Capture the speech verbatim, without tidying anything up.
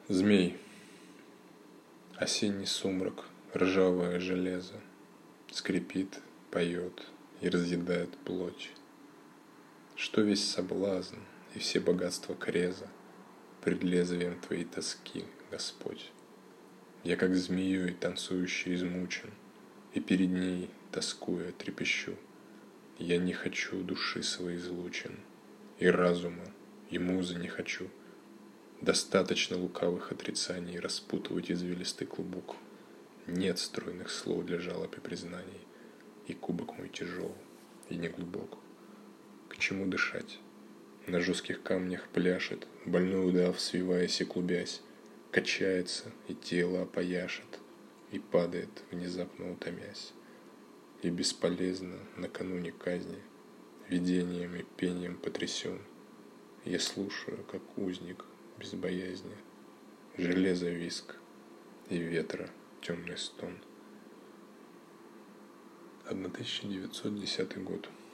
Змей. Осенний сумрак, ржавое железо, скрипит, поет и разъедает плоть. Что весь соблазн и все богатства креза пред лезвием твоей тоски, Господь. Я как змеей танцующий измучен, и перед ней, тоскуя, трепещу. Я не хочу души своей излучен, и разума, и музы не хочу. Достаточно лукавых отрицаний распутывать извилистый клубок. Нет стройных слов для жалоб и признаний, и кубок мой тяжел и неглубок. К чему дышать? На жестких камнях пляшет больной удав, свиваясь и клубясь, качается и тело опояшет, и падает, внезапно утомясь. И бесполезно накануне казни, видением и пением потрясен, я слушаю, как узник без боязни, железо виск и ветра темный стон. тысяча девятьсот десятый год.